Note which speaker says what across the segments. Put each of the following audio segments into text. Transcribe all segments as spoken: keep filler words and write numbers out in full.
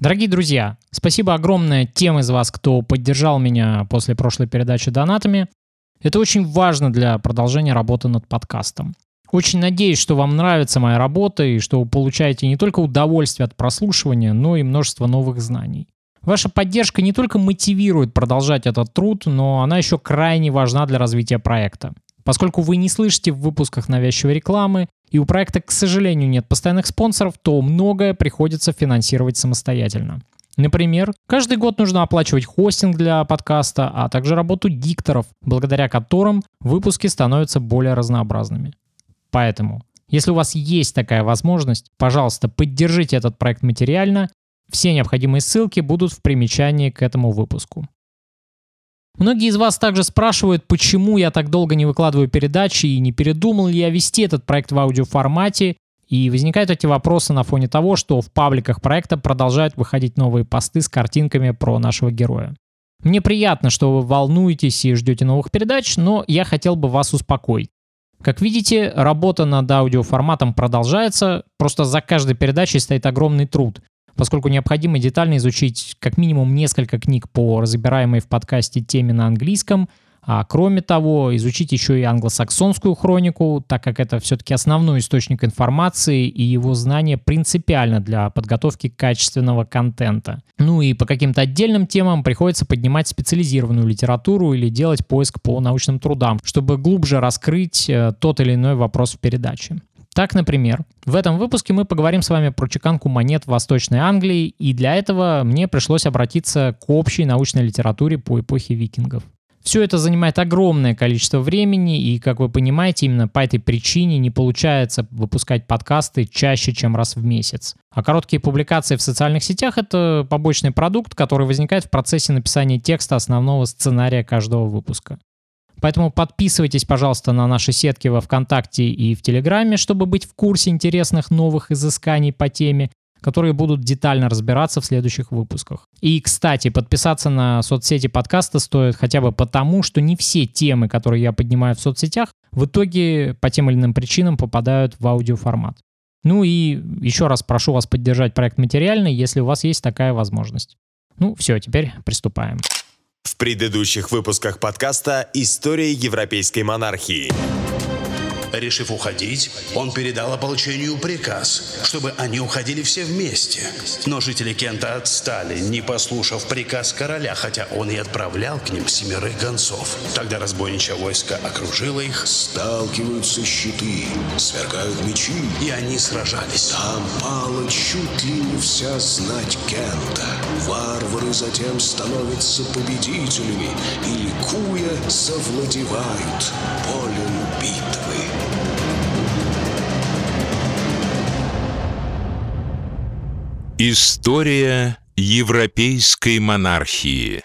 Speaker 1: Дорогие друзья, спасибо огромное тем из вас, кто поддержал меня после прошлой передачи донатами. Это очень важно для продолжения работы над подкастом. Очень надеюсь, что вам нравится моя работа и что вы получаете не только удовольствие от прослушивания, но и множество новых знаний. Ваша поддержка не только мотивирует продолжать этот труд, но она еще крайне важна для развития проекта. Поскольку вы не слышите в выпусках навязчивой рекламы, и у проекта, к сожалению, нет постоянных спонсоров, то многое приходится финансировать самостоятельно. Например, каждый год нужно оплачивать хостинг для подкаста, а также работу дикторов, благодаря которым выпуски становятся более разнообразными. Поэтому, если у вас есть такая возможность, пожалуйста, поддержите этот проект материально. Все необходимые ссылки будут в примечании к этому выпуску. Многие из вас также спрашивают, почему я так долго не выкладываю передачи и не передумал ли я вести этот проект в аудиоформате. И возникают эти вопросы на фоне того, что в пабликах проекта продолжают выходить новые посты с картинками про нашего героя. Мне приятно, что вы волнуетесь и ждете новых передач, но я хотел бы вас успокоить. Как видите, работа над аудиоформатом продолжается, просто за каждой передачей стоит огромный труд, поскольку необходимо детально изучить как минимум несколько книг по разбираемой в подкасте теме на английском, а кроме того, изучить еще и англосаксонскую хронику, так как это все-таки основной источник информации, и его знание принципиально для подготовки качественного контента. Ну и по каким-то отдельным темам приходится поднимать специализированную литературу или делать поиск по научным трудам, чтобы глубже раскрыть тот или иной вопрос в передаче. Так, например, в этом выпуске мы поговорим с вами про чеканку монет в Восточной Англии, и для этого мне пришлось обратиться к общей научной литературе по эпохе викингов. Все это занимает огромное количество времени, и, как вы понимаете, именно по этой причине не получается выпускать подкасты чаще, чем раз в месяц. А короткие публикации в социальных сетях — это побочный продукт, который возникает в процессе написания текста основного сценария каждого выпуска. Поэтому подписывайтесь, пожалуйста, на наши сетки во ВКонтакте и в Телеграме, чтобы быть в курсе интересных новых изысканий по теме, которые будут детально разбираться в следующих выпусках. И, кстати, подписаться на соцсети подкаста стоит хотя бы потому, что не все темы, которые я поднимаю в соцсетях, в итоге по тем или иным причинам попадают в аудиоформат. Ну и еще раз прошу вас поддержать проект материально, если у вас есть такая возможность. Ну все, теперь приступаем.
Speaker 2: В предыдущих выпусках подкаста «История европейской монархии».
Speaker 3: Решив уходить, он передал ополчению приказ, чтобы они уходили все вместе. Но жители Кента отстали, не послушав приказ короля, хотя он и отправлял к ним семерых гонцов. Тогда разбойничье войско окружило их.
Speaker 4: Сталкиваются щиты, свергают мечи,
Speaker 3: и они сражались.
Speaker 4: Там пала чуть ли не вся знать Кента. Варвары затем становятся победителями и, ликуя, завладевают полем битвы.
Speaker 5: История европейской монархии.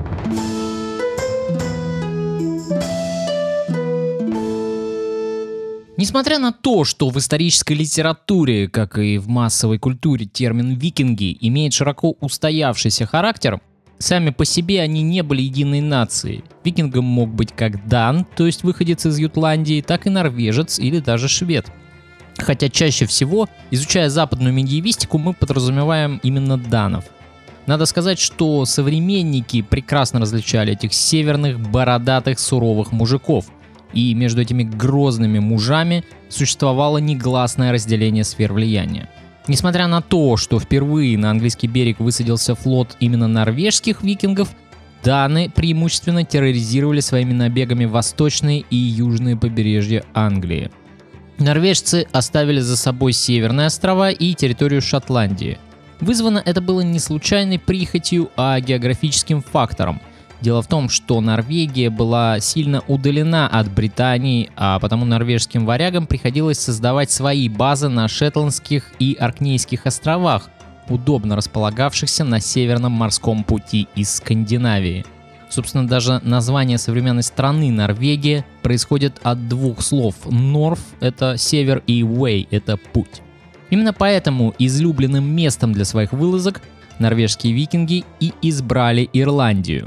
Speaker 1: Несмотря на то, что в исторической литературе, как и в массовой культуре, термин «викинги» имеет широко устоявшийся характер, сами по себе они не были единой нацией. Викингом мог быть как дан, то есть выходец из Ютландии, так и норвежец или даже швед. Хотя чаще всего, изучая западную медиевистику, мы подразумеваем именно данов. Надо сказать, что современники прекрасно различали этих северных, бородатых, суровых мужиков. И между этими грозными мужами существовало негласное разделение сфер влияния. Несмотря на то, что впервые на английский берег высадился флот именно норвежских викингов, даны преимущественно терроризировали своими набегами восточные и южные побережья Англии. Норвежцы оставили за собой северные острова и территорию Шотландии. Вызвано это было не случайной прихотью, а географическим фактором. Дело в том, что Норвегия была сильно удалена от Британии, а потому норвежским варягам приходилось создавать свои базы на Шетландских и Оркнейских островах, удобно располагавшихся на Северном морском пути из Скандинавии. Собственно, даже название современной страны Норвегия происходит от двух слов. Норф — это север, и way — это путь. Именно поэтому излюбленным местом для своих вылазок норвежские викинги и избрали Ирландию.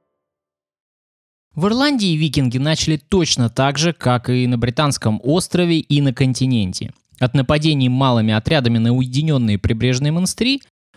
Speaker 1: В Ирландии викинги начали точно так же, как и на Британском острове и на континенте. От нападений малыми отрядами на уединенные прибрежные монастыри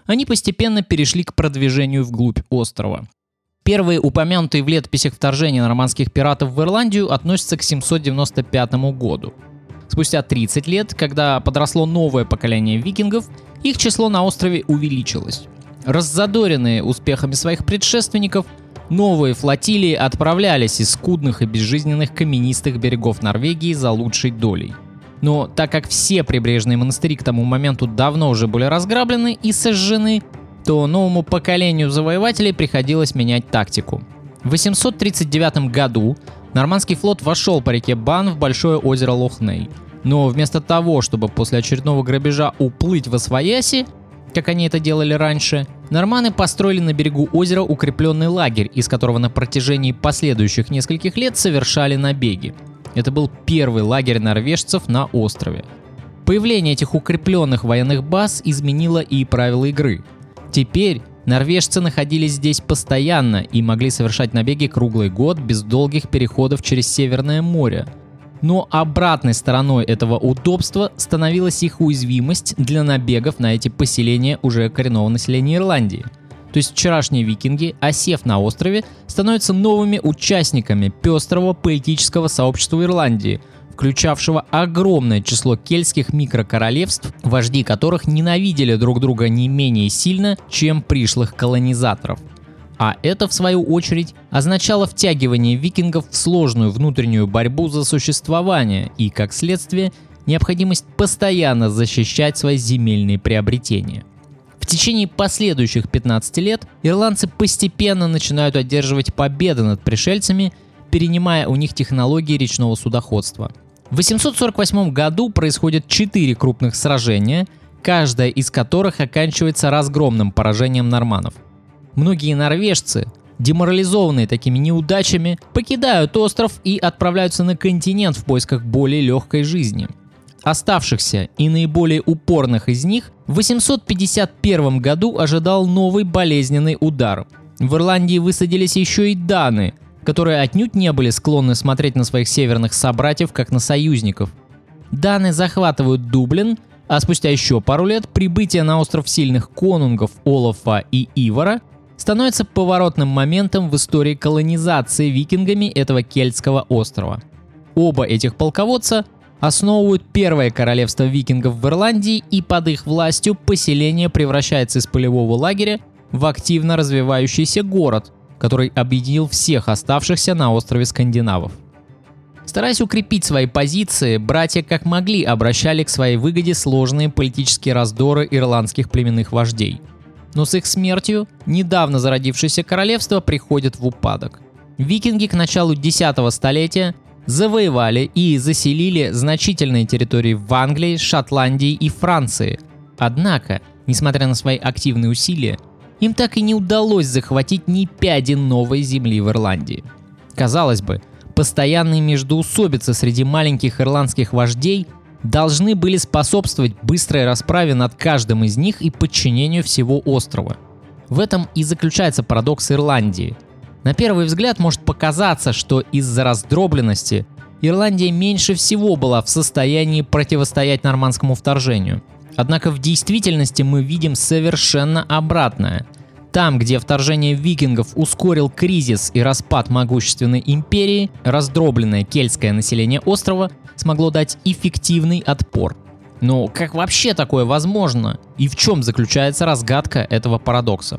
Speaker 1: они постепенно перешли к продвижению вглубь острова. Первые упомянутые в летописях вторжения нормандских пиратов в Ирландию относятся к семьсот девяносто пятому году. Спустя тридцать лет, когда подросло новое поколение викингов, их число на острове увеличилось. Раззадоренные успехами своих предшественников, новые флотилии отправлялись из скудных и безжизненных каменистых берегов Норвегии за лучшей долей. Но так как все прибрежные монастыри к тому моменту давно уже были разграблены и сожжены, то новому поколению завоевателей приходилось менять тактику. В восемьсот тридцать девятом году нормандский флот вошел по реке Бан в большое озеро Лох-Ней. Но вместо того, чтобы после очередного грабежа уплыть во свояси, как они это делали раньше, норманы построили на берегу озера укрепленный лагерь, из которого на протяжении последующих нескольких лет совершали набеги. Это был первый лагерь норвежцев на острове. Появление этих укрепленных военных баз изменило и правила игры. Теперь норвежцы находились здесь постоянно и могли совершать набеги круглый год без долгих переходов через Северное море. Но обратной стороной этого удобства становилась их уязвимость для набегов на эти поселения уже коренного населения Ирландии. То есть вчерашние викинги, осев на острове, становятся новыми участниками пестрого политического сообщества Ирландии, включавшего огромное число кельтских микрокоролевств, вожди которых ненавидели друг друга не менее сильно, чем пришлых колонизаторов. А это, в свою очередь, означало втягивание викингов в сложную внутреннюю борьбу за существование и, как следствие, необходимость постоянно защищать свои земельные приобретения. В течение последующих пятнадцати лет ирландцы постепенно начинают одерживать победы над пришельцами, перенимая у них технологии речного судоходства. В восемьсот сорок восьмом году происходят четыре крупных сражения, каждое из которых оканчивается разгромным поражением норманнов. Многие норвежцы, деморализованные такими неудачами, покидают остров и отправляются на континент в поисках более легкой жизни. Оставшихся и наиболее упорных из них в восемьсот пятьдесят первом году ожидал новый болезненный удар. В Ирландии высадились еще и даны, которые отнюдь не были склонны смотреть на своих северных собратьев как на союзников. Даны захватывают Дублин, а спустя еще пару лет прибытие на остров сильных конунгов Олафа и Ивара становится поворотным моментом в истории колонизации викингами этого кельтского острова. Оба этих полководца основывают первое королевство викингов в Ирландии, и под их властью поселение превращается из полевого лагеря в активно развивающийся город, который объединил всех оставшихся на острове скандинавов. Стараясь укрепить свои позиции, братья как могли обращали к своей выгоде сложные политические раздоры ирландских племенных вождей. Но с их смертью недавно зародившееся королевство приходит в упадок. Викинги к началу десятого столетия завоевали и заселили значительные территории в Англии, Шотландии и Франции. Однако, несмотря на свои активные усилия, им так и не удалось захватить ни пяди новой земли в Ирландии. Казалось бы, постоянные междоусобицы среди маленьких ирландских вождей должны были способствовать быстрой расправе над каждым из них и подчинению всего острова. В этом и заключается парадокс Ирландии. На первый взгляд может показаться, что из-за раздробленности Ирландия меньше всего была в состоянии противостоять нормандскому вторжению. Однако в действительности мы видим совершенно обратное. Там, где вторжение викингов ускорил кризис и распад могущественной империи, раздробленное кельтское население острова смогло дать эффективный отпор. Но как вообще такое возможно? И в чем заключается разгадка этого парадокса?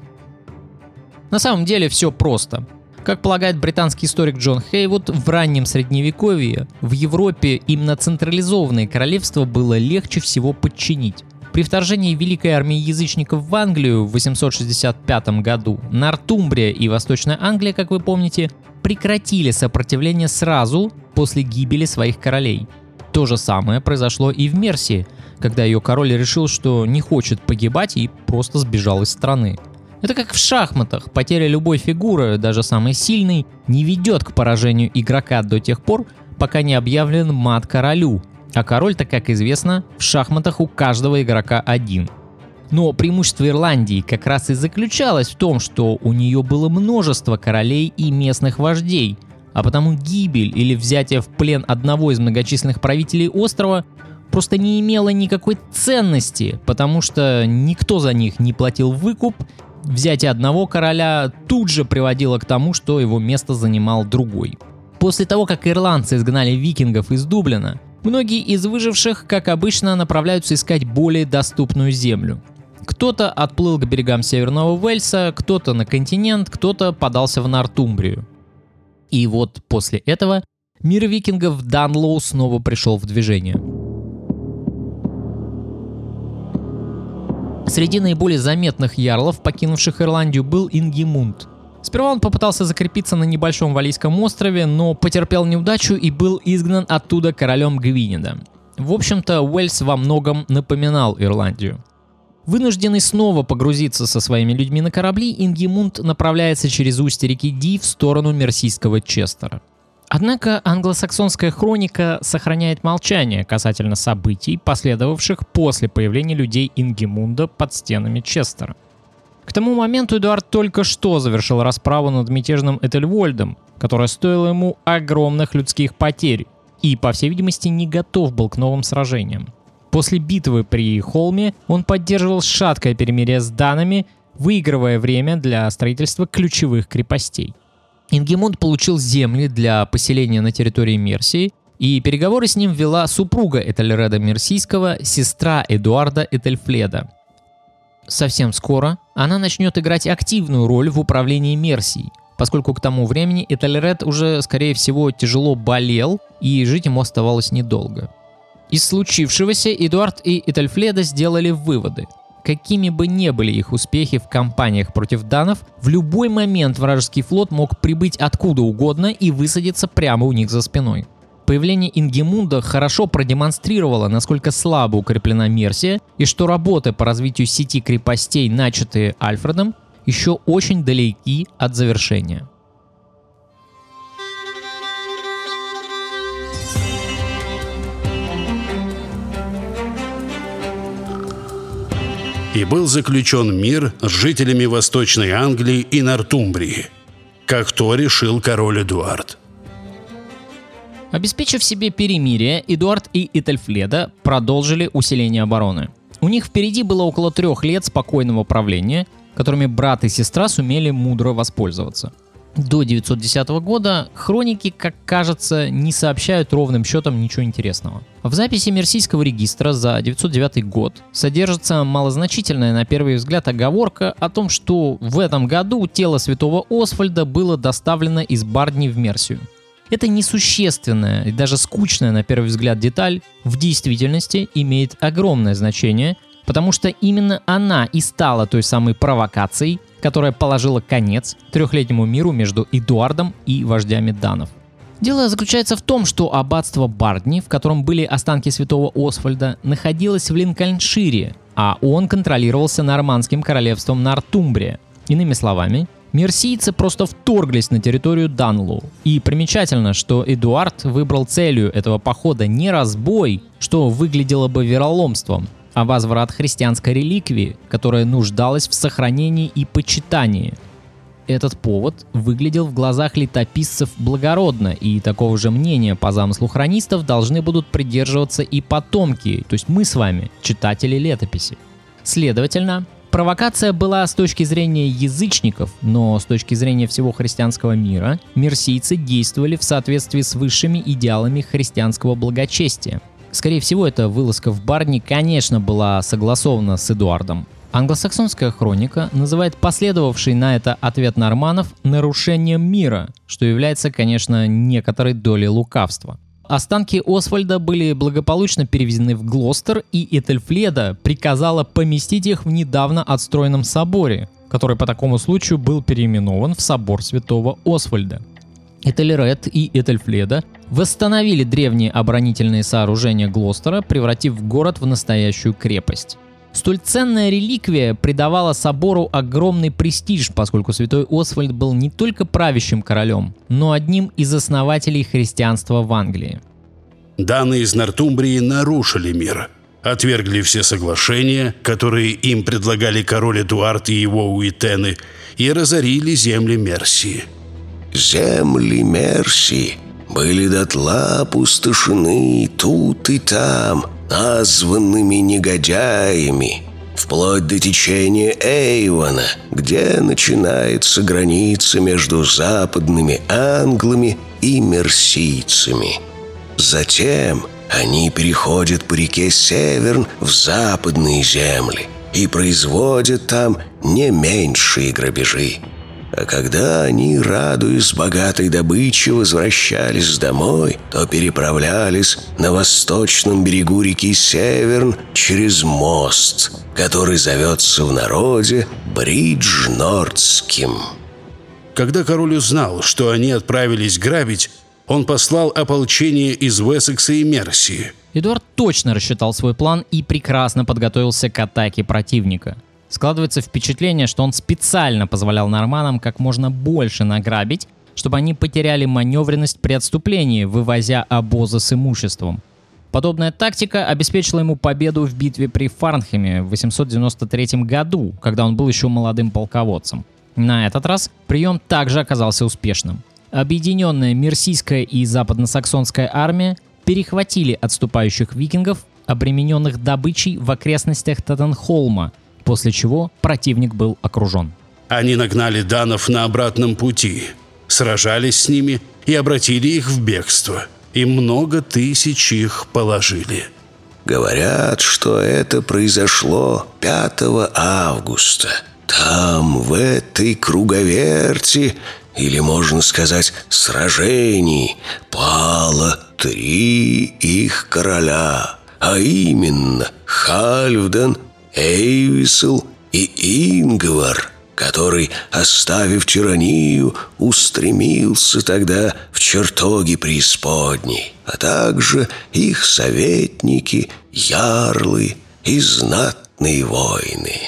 Speaker 1: На самом деле все просто. Как полагает британский историк Джон Хейвуд, в раннем средневековье в Европе именно централизованное королевство было легче всего подчинить. При вторжении Великой армии язычников в Англию в восемьсот шестьдесят пятом году Нортумбрия и Восточная Англия, как вы помните, прекратили сопротивление сразу после гибели своих королей. То же самое произошло и в Мерсии, когда ее король решил, что не хочет погибать и просто сбежал из страны. Это как в шахматах. Потеря любой фигуры, даже самой сильной, не ведет к поражению игрока до тех пор, пока не объявлен мат королю. А король-то, как известно, в шахматах у каждого игрока один. Но преимущество Ирландии как раз и заключалось в том, что у нее было множество королей и местных вождей, а потому гибель или взятие в плен одного из многочисленных правителей острова просто не имело никакой ценности, потому что никто за них не платил выкуп. Взятие одного короля тут же приводило к тому, что его место занимал другой. После того, как ирландцы изгнали викингов из Дублина, многие из выживших, как обычно, направляются искать более доступную землю. Кто-то отплыл к берегам Северного Уэльса, кто-то на континент, кто-то подался в Нортумбрию. И вот после этого мир викингов Данлоу снова пришел в движение. Среди наиболее заметных ярлов, покинувших Ирландию, был Ингемунд. Сперва он попытался закрепиться на небольшом Валийском острове, но потерпел неудачу и был изгнан оттуда королем Гвинеда. В общем-то, Уэльс во многом напоминал Ирландию. Вынужденный снова погрузиться со своими людьми на корабли, Ингемунд направляется через устье реки Ди в сторону мерсийского Честера. Однако англосаксонская хроника сохраняет молчание касательно событий, последовавших после появления людей Ингемунда под стенами Честера. К тому моменту Эдуард только что завершил расправу над мятежным Этельвольдом, которая стоила ему огромных людских потерь, и, по всей видимости, не готов был к новым сражениям. После битвы при Холме он поддерживал шаткое перемирие с данами, выигрывая время для строительства ключевых крепостей. Ингемунд получил земли для поселения на территории Мерсии, и переговоры с ним вела супруга Этельреда Мерсийского, сестра Эдуарда Этельфледа. Совсем скоро она начнет играть активную роль в управлении Мерсией, поскольку к тому времени Этельред уже, скорее всего, тяжело болел, и жить ему оставалось недолго. Из случившегося Эдуард и Этельфледа сделали выводы. Какими бы ни были их успехи в кампаниях против данов, в любой момент вражеский флот мог прибыть откуда угодно и высадиться прямо у них за спиной. Появление Ингемунда хорошо продемонстрировало, насколько слабо укреплена Мерсия, и что работы по развитию сети крепостей, начатые Альфредом, еще очень далеки от завершения.
Speaker 3: И был заключен мир с жителями Восточной Англии и Нортумбрии, как то решил король Эдуард.
Speaker 1: Обеспечив себе перемирие, Эдуард и Этельфледа продолжили усиление обороны. У них впереди было около трех лет спокойного правления, которыми брат и сестра сумели мудро воспользоваться. До девятьсот десятого года хроники, как кажется, не сообщают ровным счетом ничего интересного. В записи Мерсийского регистра за девятьсот девятый год содержится малозначительная на первый взгляд оговорка о том, что в этом году тело святого Освальда было доставлено из Бардни в Мерсию. Эта несущественная и даже скучная на первый взгляд деталь в действительности имеет огромное значение, потому что именно она и стала той самой провокацией, которая положила конец трехлетнему миру между Эдуардом и вождями данов. Дело заключается в том, что аббатство Бардни, в котором были останки святого Освальда, находилось в Линкольншире, а он контролировался нормандским королевством Нортумбрия. Иными словами, мерсийцы просто вторглись на территорию Данлоу. И примечательно, что Эдуард выбрал целью этого похода не разбой, что выглядело бы вероломством, а возврат христианской реликвии, которая нуждалась в сохранении и почитании. Этот повод выглядел в глазах летописцев благородно, и такого же мнения по замыслу хронистов должны будут придерживаться и потомки, то есть мы с вами, читатели летописи. Следовательно, провокация была с точки зрения язычников, но с точки зрения всего христианского мира, мерсийцы действовали в соответствии с высшими идеалами христианского благочестия. Скорее всего, эта вылазка в Бардни, конечно, была согласована с Эдуардом. Англосаксонская хроника называет последовавший на это ответ норманнов нарушением мира, что является, конечно, некоторой долей лукавства. Останки Освальда были благополучно перевезены в Глостер, и Этельфледа приказала поместить их в недавно отстроенном соборе, который по такому случаю был переименован в собор святого Освальда. Этельред и Этельфледа восстановили древние оборонительные сооружения Глостера, превратив город в настоящую крепость. Столь ценная реликвия придавала собору огромный престиж, поскольку святой Освальд был не только правящим королем, но одним из основателей христианства в Англии.
Speaker 3: Даны из Нортумбрии нарушили мир, отвергли все соглашения, которые им предлагали король Эдуард и его уитены, и разорили земли Мерсии.
Speaker 4: Земли Мерсии были дотла опустошены тут и там, названными негодяями, вплоть до течения Эйвона, где начинается граница между западными англами и мерсийцами. Затем они переходят по реке Северн в западные земли и производят там не меньшие грабежи. А когда они, радуясь богатой добыче, возвращались домой, то переправлялись на восточном берегу реки Северн через мост, который зовется в народе Бридж Нордским.
Speaker 3: Когда король узнал, что они отправились грабить, он послал ополчение из Уэссекса и Мерсии.
Speaker 1: Эдуард точно рассчитал свой план и прекрасно подготовился к атаке противника. Складывается впечатление, что он специально позволял норманнам как можно больше награбить, чтобы они потеряли маневренность при отступлении, вывозя обозы с имуществом. Подобная тактика обеспечила ему победу в битве при Фарнхеме в восемьсот девяносто третьем году, когда он был еще молодым полководцем. На этот раз прием также оказался успешным. Объединенная мерсийская и западносаксонская армия перехватили отступающих викингов, обремененных добычей в окрестностях Тоттенхолма, после чего противник был окружен.
Speaker 3: Они нагнали данов на обратном пути, сражались с ними и обратили их в бегство. И много тысяч их положили.
Speaker 4: Говорят, что это произошло пятого августа. Там, в этой круговерти, или, можно сказать, сражении, пало три их короля, а именно Хальфдан, Эйвисл и Ингвар, который, оставив тиранию, устремился тогда в чертоги преисподней, а также их советники, ярлы и знатные воины.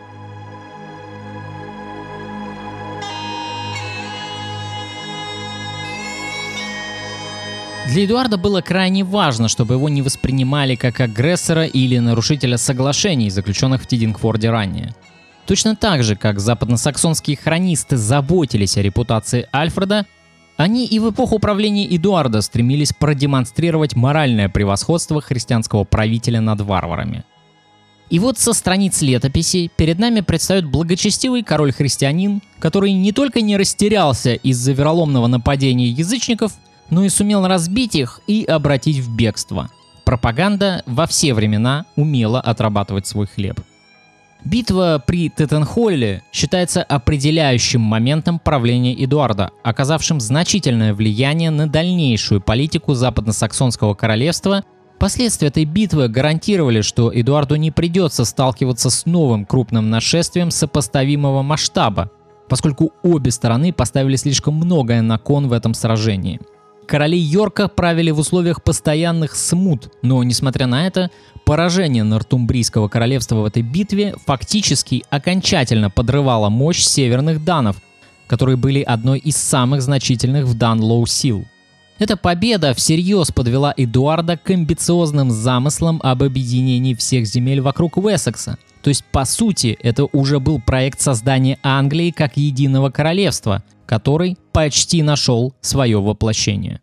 Speaker 1: Для Эдуарда было крайне важно, чтобы его не воспринимали как агрессора или нарушителя соглашений, заключенных в Тидингфорде ранее. Точно так же, как западносаксонские хронисты заботились о репутации Альфреда, они и в эпоху правления Эдуарда стремились продемонстрировать моральное превосходство христианского правителя над варварами. И вот со страниц летописи перед нами предстает благочестивый король-христианин, который не только не растерялся из-за вероломного нападения язычников, но и сумел разбить их и обратить в бегство. Пропаганда во все времена умела отрабатывать свой хлеб. Битва при Тоттенхолле считается определяющим моментом правления Эдуарда, оказавшим значительное влияние на дальнейшую политику западносаксонского королевства. Последствия этой битвы гарантировали, что Эдуарду не придется сталкиваться с новым крупным нашествием сопоставимого масштаба, поскольку обе стороны поставили слишком многое на кон в этом сражении. Короли Йорка правили в условиях постоянных смут, но, несмотря на это, поражение Нортумбрийского королевства в этой битве фактически окончательно подрывало мощь северных данов, которые были одной из самых значительных в Данлоу сил. Эта победа всерьез подвела Эдуарда к амбициозным замыслам об объединении всех земель вокруг Уэссекса. То есть, по сути, это уже был проект создания Англии как единого королевства, который почти нашел свое воплощение.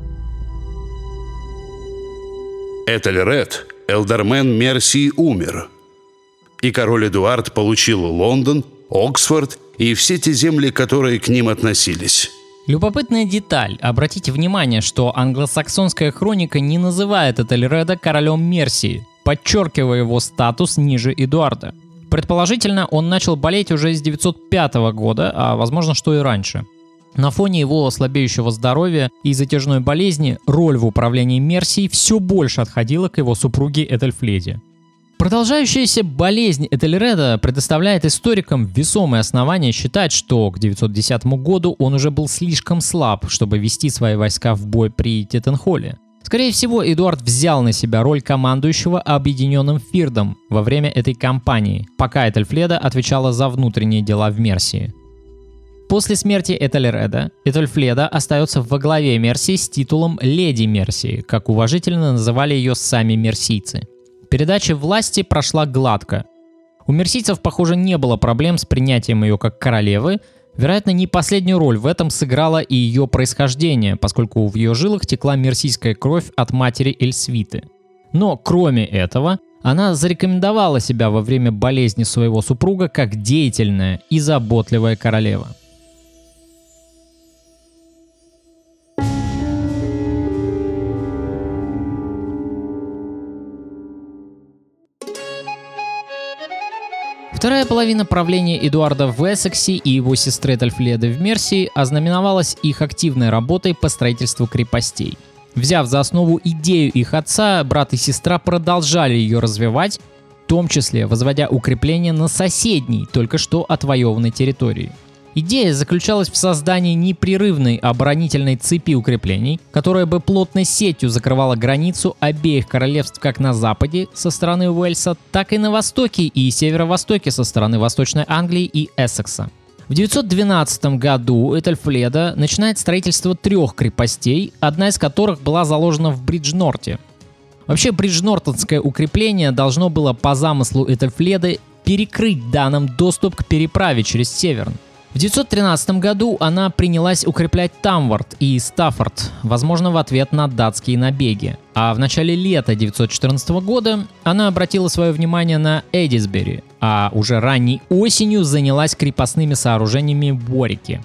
Speaker 3: Этельред, элдермен Мерсии, умер. И король Эдуард получил Лондон, Оксфорд и все те земли, которые к ним относились.
Speaker 1: Любопытная деталь. Обратите внимание, что англосаксонская хроника не называет Этельреда королем Мерсии, подчеркивая его статус ниже Эдуарда. Предположительно, он начал болеть уже с девятьсот пятого года, а возможно, что и раньше. На фоне его слабеющего здоровья и затяжной болезни роль в управлении Мерсией все больше отходила к его супруге Этельфледе. Продолжающаяся болезнь Этельреда предоставляет историкам весомые основания считать, что к девятьсот десятому году он уже был слишком слаб, чтобы вести свои войска в бой при Тоттенхолле. Скорее всего, Эдуард взял на себя роль командующего объединенным Фирдом во время этой кампании, пока Этельфледа отвечала за внутренние дела в Мерсии. После смерти Этельреда Этельфледа остается во главе Мерсии с титулом «Леди Мерсии», как уважительно называли ее сами мерсийцы. Передача власти прошла гладко. У мерсийцев, похоже, не было проблем с принятием ее как королевы. Вероятно, не последнюю роль в этом сыграло и ее происхождение, поскольку в ее жилах текла мерсийская кровь от матери Эльсвиты. Но кроме этого, она зарекомендовала себя во время болезни своего супруга как деятельная и заботливая королева. Вторая половина правления Эдуарда в Эссексе и его сестры Этельфледы в Мерсии ознаменовалась их активной работой по строительству крепостей. Взяв за основу идею их отца, брат и сестра продолжали ее развивать, в том числе возводя укрепления на соседней, только что отвоеванной территории. Идея заключалась в создании непрерывной оборонительной цепи укреплений, которая бы плотной сетью закрывала границу обеих королевств как на западе со стороны Уэльса, так и на востоке и северо-востоке со стороны Восточной Англии и Эссекса. В девятьсот двенадцатом году Этельфледа начинает строительство трех крепостей, одна из которых была заложена в Бриджнорте. Вообще, Бриджнортонское укрепление должно было по замыслу Этельфледы перекрыть данным доступ к переправе через Северн. В девятьсот тринадцатом году она принялась укреплять Тамворт и Стаффорд, возможно, в ответ на датские набеги. А в начале лета девятьсот четырнадцатого года она обратила свое внимание на Эдисбери, а уже ранней осенью занялась крепостными сооружениями в Уорике.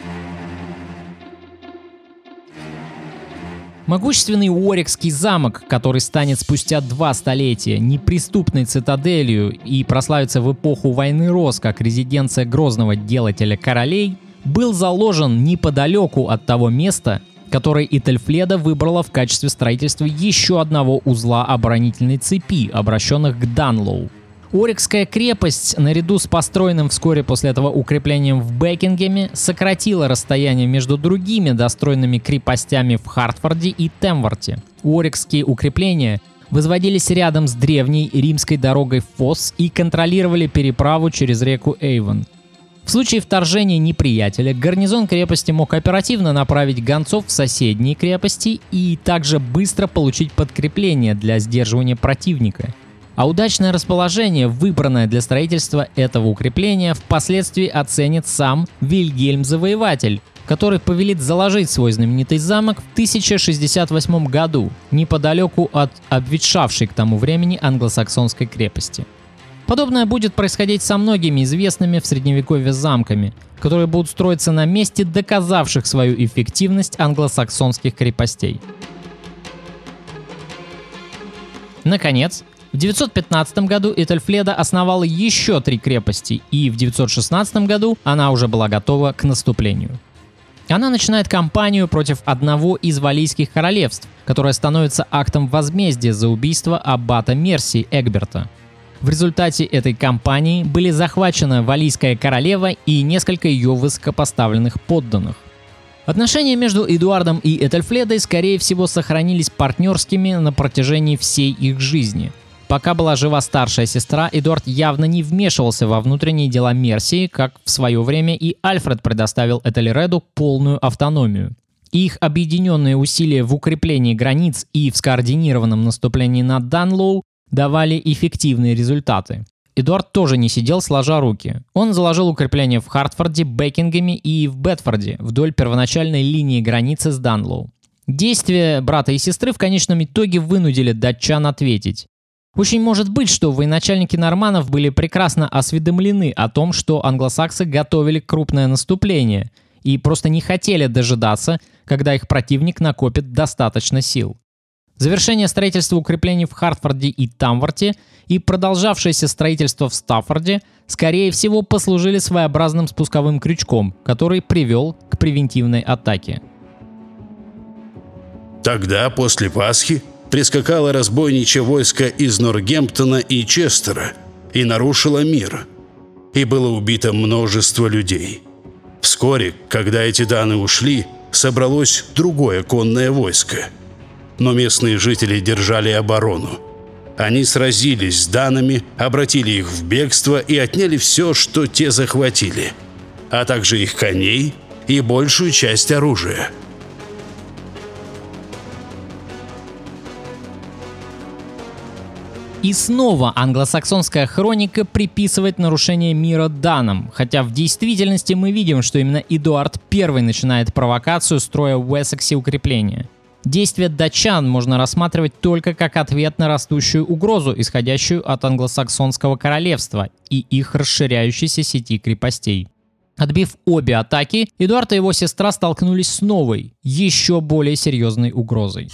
Speaker 1: Могущественный Уорикский замок, который станет спустя два столетия неприступной цитаделью и прославится в эпоху войны Рос как резиденция грозного делателя королей, был заложен неподалеку от того места, которое Этельфледа выбрала в качестве строительства еще одного узла оборонительной цепи, обращенных к Данлоу. Уорикская крепость, наряду с построенным вскоре после этого укреплением в Бекингеме, сократила расстояние между другими достроенными крепостями в Хартфорде и Темворте. Уорикские укрепления возводились рядом с древней римской дорогой Фосс и контролировали переправу через реку Эйвон. В случае вторжения неприятеля гарнизон крепости мог оперативно направить гонцов в соседние крепости и также быстро получить подкрепление для сдерживания противника. А удачное расположение, выбранное для строительства этого укрепления, впоследствии оценит сам Вильгельм Завоеватель, который повелит заложить свой знаменитый замок в тысяча шестьдесят восьмом году, неподалеку от обветшавшей к тому времени англосаксонской крепости. Подобное будет происходить со многими известными в Средневековье замками, которые будут строиться на месте доказавших свою эффективность англосаксонских крепостей. Наконец, в девятьсот пятнадцатом году Этельфледа основала еще три крепости, и в девятьсот шестнадцатом году она уже была готова к наступлению. Она начинает кампанию против одного из валлийских королевств, которое становится актом возмездия за убийство аббата Мерсии Эгберта. В результате этой кампании были захвачены валлийская королева и несколько ее высокопоставленных подданных. Отношения между Эдуардом и Этельфледой, скорее всего, сохранились партнерскими на протяжении всей их жизни. Пока была жива старшая сестра, Эдуард явно не вмешивался во внутренние дела Мерсии, как в свое время и Альфред предоставил Этельреду полную автономию. Их объединенные усилия в укреплении границ и в скоординированном наступлении на Данлоу давали эффективные результаты. Эдуард тоже не сидел сложа руки. Он заложил укрепления в Хартфорде, Бекингеме и в Бетфорде вдоль первоначальной линии границы с Данлоу. Действия брата и сестры в конечном итоге вынудили датчан ответить. Очень может быть, что военачальники норманнов были прекрасно осведомлены о том, что англосаксы готовили крупное наступление и просто не хотели дожидаться, когда их противник накопит достаточно сил. Завершение строительства укреплений в Хартфорде и Тамворте и продолжавшееся строительство в Стаффорде, скорее всего, послужили своеобразным спусковым крючком, который привел к превентивной атаке.
Speaker 3: Тогда, после Пасхи, прискакало разбойничье войско из Нортгемптона и Честера и нарушило мир, и было убито множество людей. Вскоре, когда эти даны ушли, собралось другое конное войско. Но местные жители держали оборону. Они сразились с данами, обратили их в бегство и отняли все, что те захватили, а также их коней и большую часть оружия.
Speaker 1: И снова англосаксонская хроника приписывает нарушение мира данам, хотя в действительности мы видим, что именно Эдуард I начинает провокацию, строя в Уэссексе укрепления. Действия датчан можно рассматривать только как ответ на растущую угрозу, исходящую от англосаксонского королевства и их расширяющейся сети крепостей. Отбив обе атаки, Эдуард и его сестра столкнулись с новой, еще более серьезной угрозой.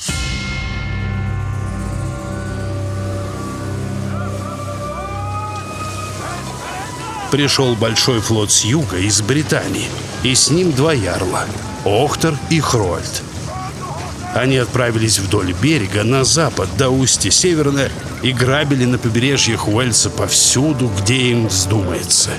Speaker 3: Пришел большой флот с юга, из Британии, и с ним два ярла – Охтар и Хроальд. Они отправились вдоль берега на запад до устья Северна и грабили на побережьях Уэльса повсюду, где им вздумается.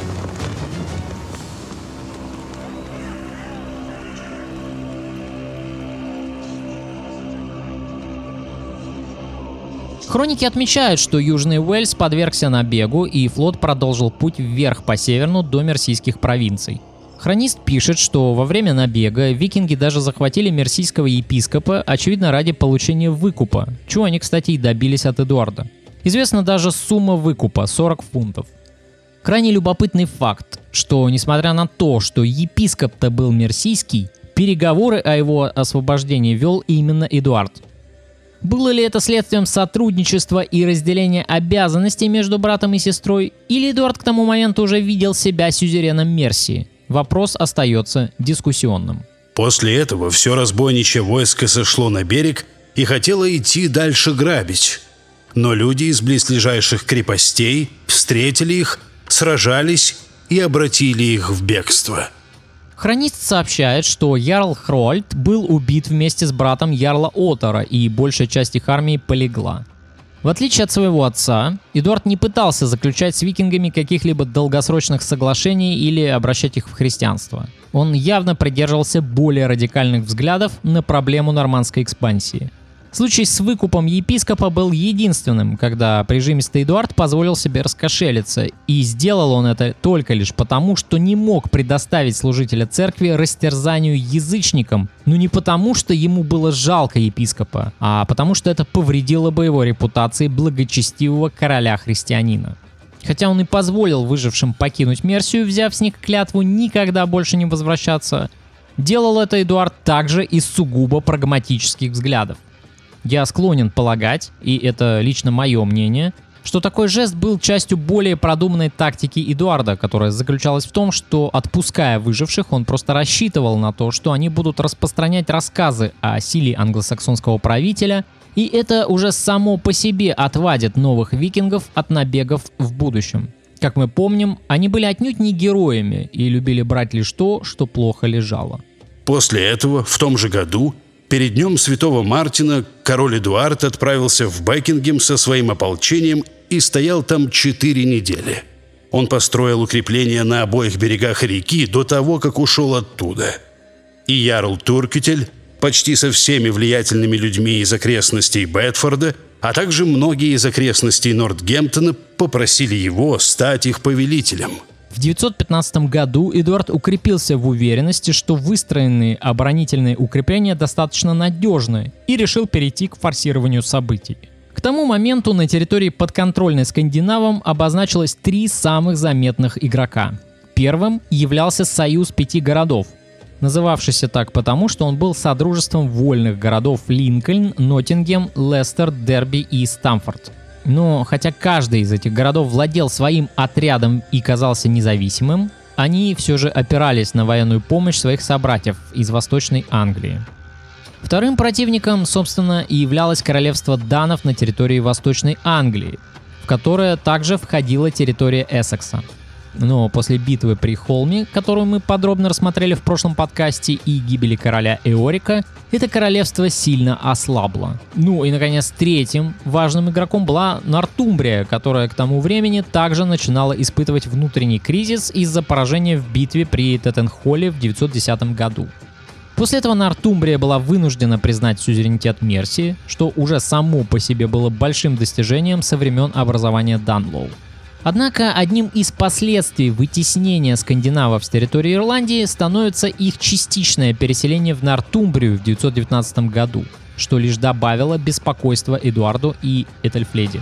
Speaker 1: Хроники отмечают, что Южный Уэльс подвергся набегу, и флот продолжил путь вверх по Северну до мерсийских провинций. Хронист пишет, что во время набега викинги даже захватили мерсийского епископа, очевидно, ради получения выкупа, чего они, кстати, и добились от Эдуарда. Известна даже сумма выкупа – сорок фунтов. Крайне любопытный факт, что несмотря на то, что епископ-то был мерсийский, переговоры о его освобождении вел именно Эдуард. Было ли это следствием сотрудничества и разделения обязанностей между братом и сестрой, или Эдуард к тому моменту уже видел себя сюзереном Мерсии? Вопрос остается дискуссионным.
Speaker 3: После этого все разбойничье войско сошло на берег и хотело идти дальше грабить. Но люди из близлежащих крепостей встретили их, сражались и обратили их в бегство.
Speaker 1: Хронист сообщает, что ярл Хроальд был убит вместе с братом ярла Отара, и большая часть их армии полегла. В отличие от своего отца, Эдуард не пытался заключать с викингами каких-либо долгосрочных соглашений или обращать их в христианство. Он явно придерживался более радикальных взглядов на проблему нормандской экспансии. Случай с выкупом епископа был единственным, когда прижимистый Эдуард позволил себе раскошелиться, и сделал он это только лишь потому, что не мог предоставить служителя церкви растерзанию язычникам, но не потому, что ему было жалко епископа, а потому что это повредило бы его репутации благочестивого короля-христианина. Хотя он и позволил выжившим покинуть Мерсию, взяв с них клятву никогда больше не возвращаться, делал это Эдуард также из сугубо прагматических взглядов. Я склонен полагать, и это лично мое мнение, что такой жест был частью более продуманной тактики Эдуарда, которая заключалась в том, что, отпуская выживших, он просто рассчитывал на то, что они будут распространять рассказы о силе англосаксонского правителя, и это уже само по себе отвадит новых викингов от набегов в будущем. Как мы помним, они были отнюдь не героями и любили брать лишь то, что плохо лежало.
Speaker 3: После этого, в том же году, перед днем Святого Мартина король Эдуард отправился в Бекингем со своим ополчением и стоял там четыре недели. Он построил укрепления на обоих берегах реки до того, как ушел оттуда. И ярл Туркютель, почти со всеми влиятельными людьми из окрестностей Бетфорда, а также многие из окрестностей Нортгемптона, попросили его стать их повелителем.
Speaker 1: В девятьсот пятнадцатом году Эдуард укрепился в уверенности, что выстроенные оборонительные укрепления достаточно надежны, и решил перейти к форсированию событий. К тому моменту на территории, подконтрольной Скандинавам, обозначилось три самых заметных игрока. Первым являлся Союз пяти городов, называвшийся так потому, что он был содружеством вольных городов Линкольн, Ноттингем, Лестер, Дерби и Стамфорд. Но хотя каждый из этих городов владел своим отрядом и казался независимым, они все же опирались на военную помощь своих собратьев из Восточной Англии. Вторым противником, собственно, и являлось королевство данов на территории Восточной Англии, в которое также входила территория Эссекса. Но после битвы при Холме, которую мы подробно рассмотрели в прошлом подкасте, и гибели короля Эорика, это королевство сильно ослабло. Ну и, наконец, третьим важным игроком была Нортумбрия, которая к тому времени также начинала испытывать внутренний кризис из-за поражения в битве при Теттенхолле в девятьсот десятом году. После этого Нортумбрия была вынуждена признать сюзеренитет Мерсии, что уже само по себе было большим достижением со времен образования Данлоу. Однако одним из последствий вытеснения скандинавов с территории Ирландии становится их частичное переселение в Нортумбрию в девятьсот девятнадцатом году, что лишь добавило беспокойства Эдуарду и Этельфледе.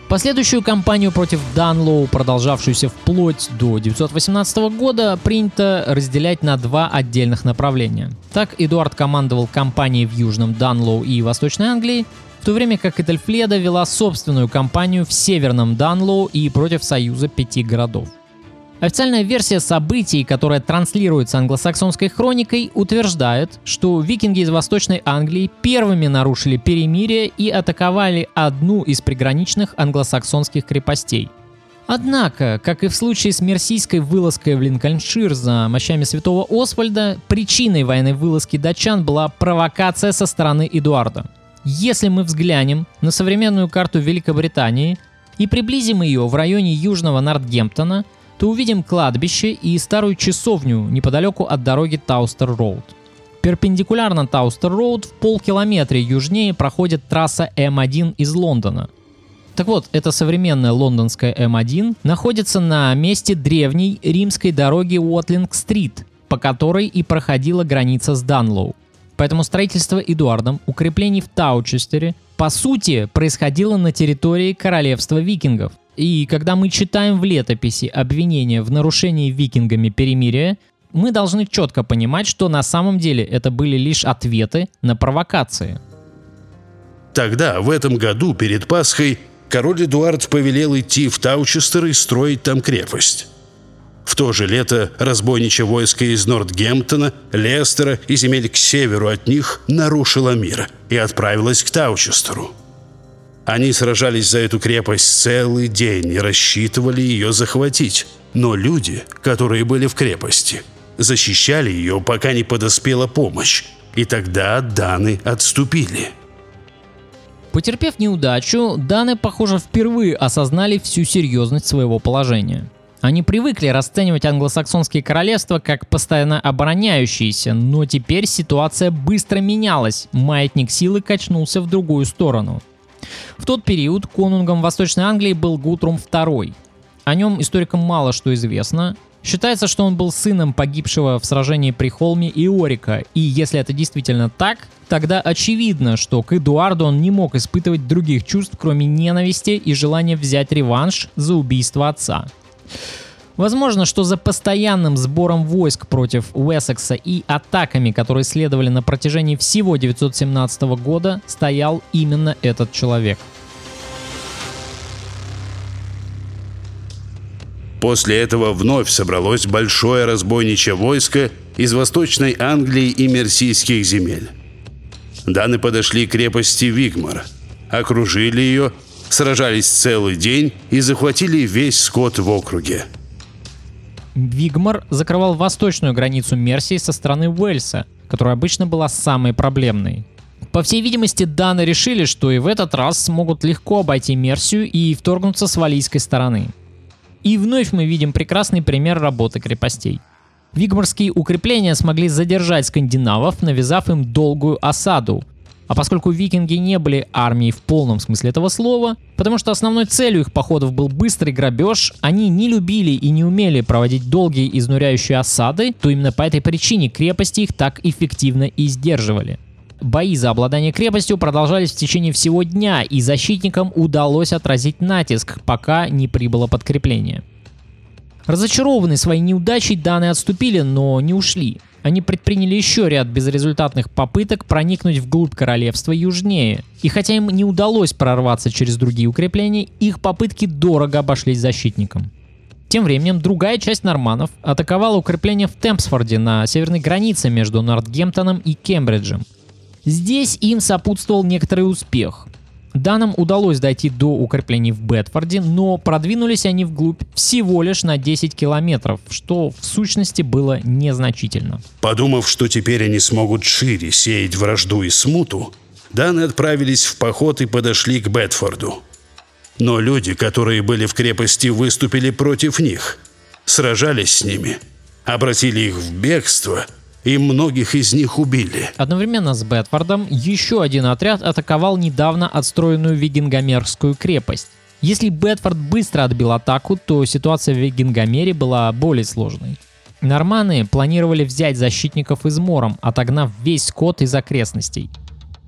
Speaker 1: Последующую кампанию против Данлоу, продолжавшуюся вплоть до девятьсот восемнадцатого года, принято разделять на два отдельных направления. Так Эдуард командовал кампанией в Южном Данлоу и Восточной Англии, в то время как Этельфледа вела собственную кампанию в Северном Данлоу и против союза пяти городов. Официальная версия событий, которая транслируется англосаксонской хроникой, утверждает, что викинги из Восточной Англии первыми нарушили перемирие и атаковали одну из приграничных англосаксонских крепостей. Однако, как и в случае с мерсийской вылазкой в Линкольншир за мощами святого Освальда, причиной военной вылазки датчан была провокация со стороны Эдуарда. Если мы взглянем на современную карту Великобритании и приблизим ее в районе Южного Нортгемптона, то увидим кладбище и старую часовню неподалеку от дороги Таустер-Роуд. Перпендикулярно Таустер-Роуд в полкилометре южнее проходит трасса эм один из Лондона. Так вот, эта современная лондонская эм один находится на месте древней римской дороги Уотлинг-стрит, по которой и проходила граница с Данлоу. Поэтому строительство Эдуардом укреплений в Таучестере по сути происходило на территории королевства викингов. И когда мы читаем в летописи обвинения в нарушении викингами перемирия, мы должны четко понимать, что на самом деле это были лишь ответы на провокации.
Speaker 3: Тогда, в этом году, перед Пасхой, король Эдуард повелел идти в Таучестер и строить там крепость. В то же лето разбойничье войско из Нортгемптона, Лестера и земель к северу от них нарушило мир и отправилось к Таучестеру. Они сражались за эту крепость целый день и рассчитывали ее захватить. Но люди, которые были в крепости, защищали ее, пока не подоспела помощь. И тогда даны отступили.
Speaker 1: Потерпев неудачу, даны, похоже, впервые осознали всю серьезность своего положения. Они привыкли расценивать англосаксонские королевства как постоянно обороняющиеся, но теперь ситуация быстро менялась, маятник силы качнулся в другую сторону. В тот период конунгом Восточной Англии был Гутрум второй. О нем историкам мало что известно. Считается, что он был сыном погибшего в сражении при холме Иорика, и если это действительно так, тогда очевидно, что к Эдуарду он не мог испытывать других чувств, кроме ненависти и желания взять реванш за убийство отца. Возможно, что за постоянным сбором войск против Уэссекса и атаками, которые следовали на протяжении всего девятьсот семнадцатого года, стоял именно этот человек.
Speaker 3: После этого вновь собралось большое разбойничье войско из Восточной Англии и Мерсийских земель. Даны подошли к крепости Вигмар, окружили ее, сражались целый день и захватили весь скот в округе.
Speaker 1: Вигмар закрывал восточную границу Мерсии со стороны Уэльса, которая обычно была самой проблемной. По всей видимости, даны решили, что и в этот раз смогут легко обойти Мерсию и вторгнуться с валлийской стороны. И вновь мы видим прекрасный пример работы крепостей. Вигмарские укрепления смогли задержать скандинавов, навязав им долгую осаду. А поскольку викинги не были армией в полном смысле этого слова, потому что основной целью их походов был быстрый грабеж, они не любили и не умели проводить долгие изнуряющие осады, то именно по этой причине крепости их так эффективно и сдерживали. Бои за обладание крепостью продолжались в течение всего дня, и защитникам удалось отразить натиск, пока не прибыло подкрепление. Разочарованные своей неудачей, даны отступили, но не ушли. Они предприняли еще ряд безрезультатных попыток проникнуть вглубь королевства южнее. И хотя им не удалось прорваться через другие укрепления, их попытки дорого обошлись защитникам. Тем временем другая часть норманнов атаковала укрепления в Темпсфорде на северной границе между Нортгемптоном и Кембриджем. Здесь им сопутствовал некоторый успех. Данам удалось дойти до укреплений в Бетфорде, но продвинулись они вглубь всего лишь на десять километров, что в сущности было незначительно.
Speaker 3: Подумав, что теперь они смогут шире сеять вражду и смуту, даны отправились в поход и подошли к Бетфорду. Но люди, которые были в крепости, выступили против них, сражались с ними, обратили их в бегство, и многих из них убили.
Speaker 1: Одновременно с Бетфордом еще один отряд атаковал недавно отстроенную Вигингамерскую крепость. Если Бетфорд быстро отбил атаку, то ситуация в Вигингамере была более сложной. Норманы планировали взять защитников измором, отогнав весь скот из окрестностей.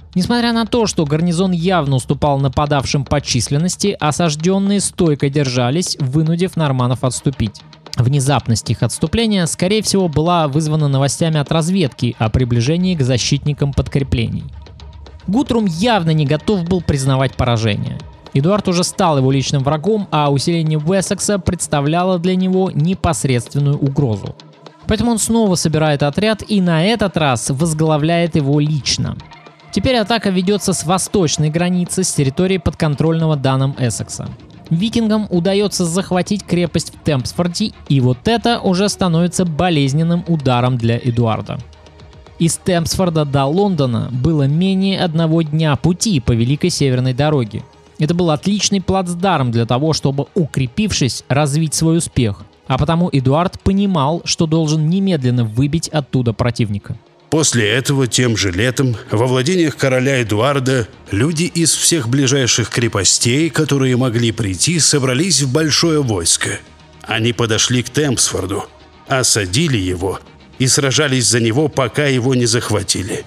Speaker 1: Несмотря на то, что гарнизон явно уступал нападавшим по численности, осажденные стойко держались, вынудив норманнов отступить. Внезапность их отступления, скорее всего, была вызвана новостями от разведки о приближении к защитникам подкреплений. Гутрум явно не готов был признавать поражение. Эдуард уже стал его личным врагом, а усиление Уэссекса представляло для него непосредственную угрозу. Поэтому он снова собирает отряд и на этот раз возглавляет его лично. Теперь атака ведется с восточной границы, с территории подконтрольного Данам Эссекса. Викингам удается захватить крепость в Темпсфорде, и вот это уже становится болезненным ударом для Эдуарда. Из Темпсфорда до Лондона было менее одного дня пути по Великой Северной дороге. Это был отличный плацдарм для того, чтобы, укрепившись, развить свой успех, а потому Эдуард понимал, что должен немедленно выбить оттуда противника.
Speaker 3: После этого, тем же летом, во владениях короля Эдуарда люди из всех ближайших крепостей, которые могли прийти, собрались в большое войско. Они подошли к Темпсфорду, осадили его и сражались за него, пока его не захватили.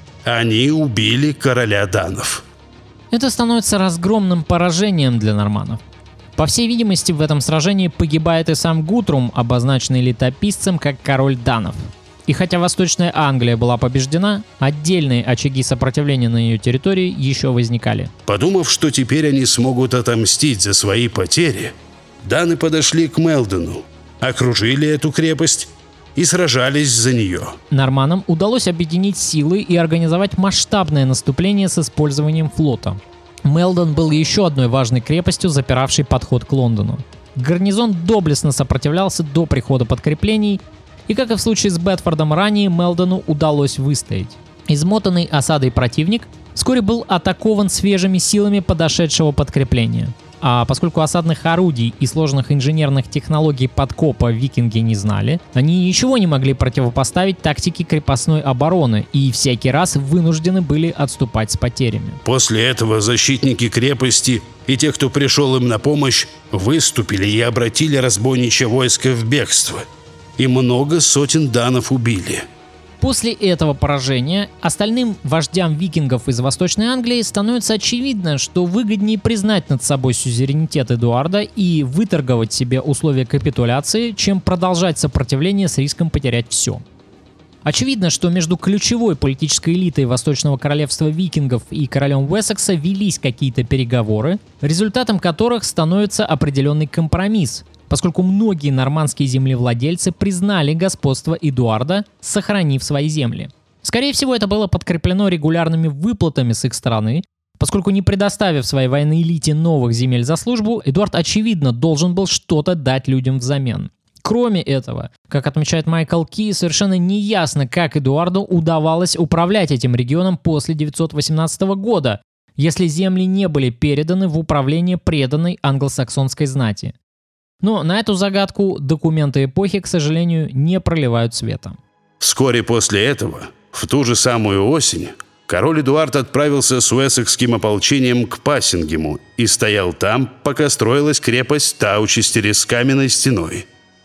Speaker 3: Они убили короля данов.
Speaker 1: Это становится разгромным поражением для норманнов. По всей видимости, в этом сражении погибает и сам Гутрум, обозначенный летописцем как король данов. И хотя Восточная Англия была побеждена, отдельные очаги сопротивления на ее территории еще возникали.
Speaker 3: Подумав, что теперь они смогут отомстить за свои потери, даны подошли к Мелдону, окружили эту крепость и сражались за нее.
Speaker 1: Норманам удалось объединить силы и организовать масштабное наступление с использованием флота. Мелдон был еще одной важной крепостью, запиравшей подход к Лондону. Гарнизон доблестно сопротивлялся до прихода подкреплений, и, как и в случае с Бетфордом ранее, Мелдону удалось выстоять. Измотанный осадой противник вскоре был атакован свежими силами подошедшего подкрепления. А поскольку осадных орудий и сложных инженерных технологий подкопа викинги не знали, они ничего не могли противопоставить тактике крепостной обороны и всякий раз вынуждены были отступать с потерями.
Speaker 3: После этого защитники крепости и те, кто пришел им на помощь, выступили и обратили разбойничье войско в бегство. И много сотен данов убили.
Speaker 1: После этого поражения остальным вождям викингов из Восточной Англии становится очевидно, что выгоднее признать над собой сюзеренитет Эдуарда и выторговать себе условия капитуляции, чем продолжать сопротивление с риском потерять все. Очевидно, что между ключевой политической элитой Восточного королевства викингов и королем Уэссекса велись какие-то переговоры, результатом которых становится определенный компромисс, поскольку многие нормандские землевладельцы признали господство Эдуарда, сохранив свои земли. Скорее всего, это было подкреплено регулярными выплатами с их стороны, поскольку, не предоставив своей военной элите новых земель за службу, Эдуард, очевидно, должен был что-то дать людям взамен. Кроме этого, как отмечает Майкл Ки, совершенно неясно, как Эдуарду удавалось управлять этим регионом после девятьсот восемнадцатого года, если земли не были переданы в управление преданной англосаксонской знати. Но на эту загадку документы эпохи, к сожалению, не проливают света.
Speaker 3: Вскоре после этого, в ту же самую осень, король Эдуард отправился с уэссекским ополчением к Пассингему и стоял там, пока строилась крепость Таучестери с каменной стеной.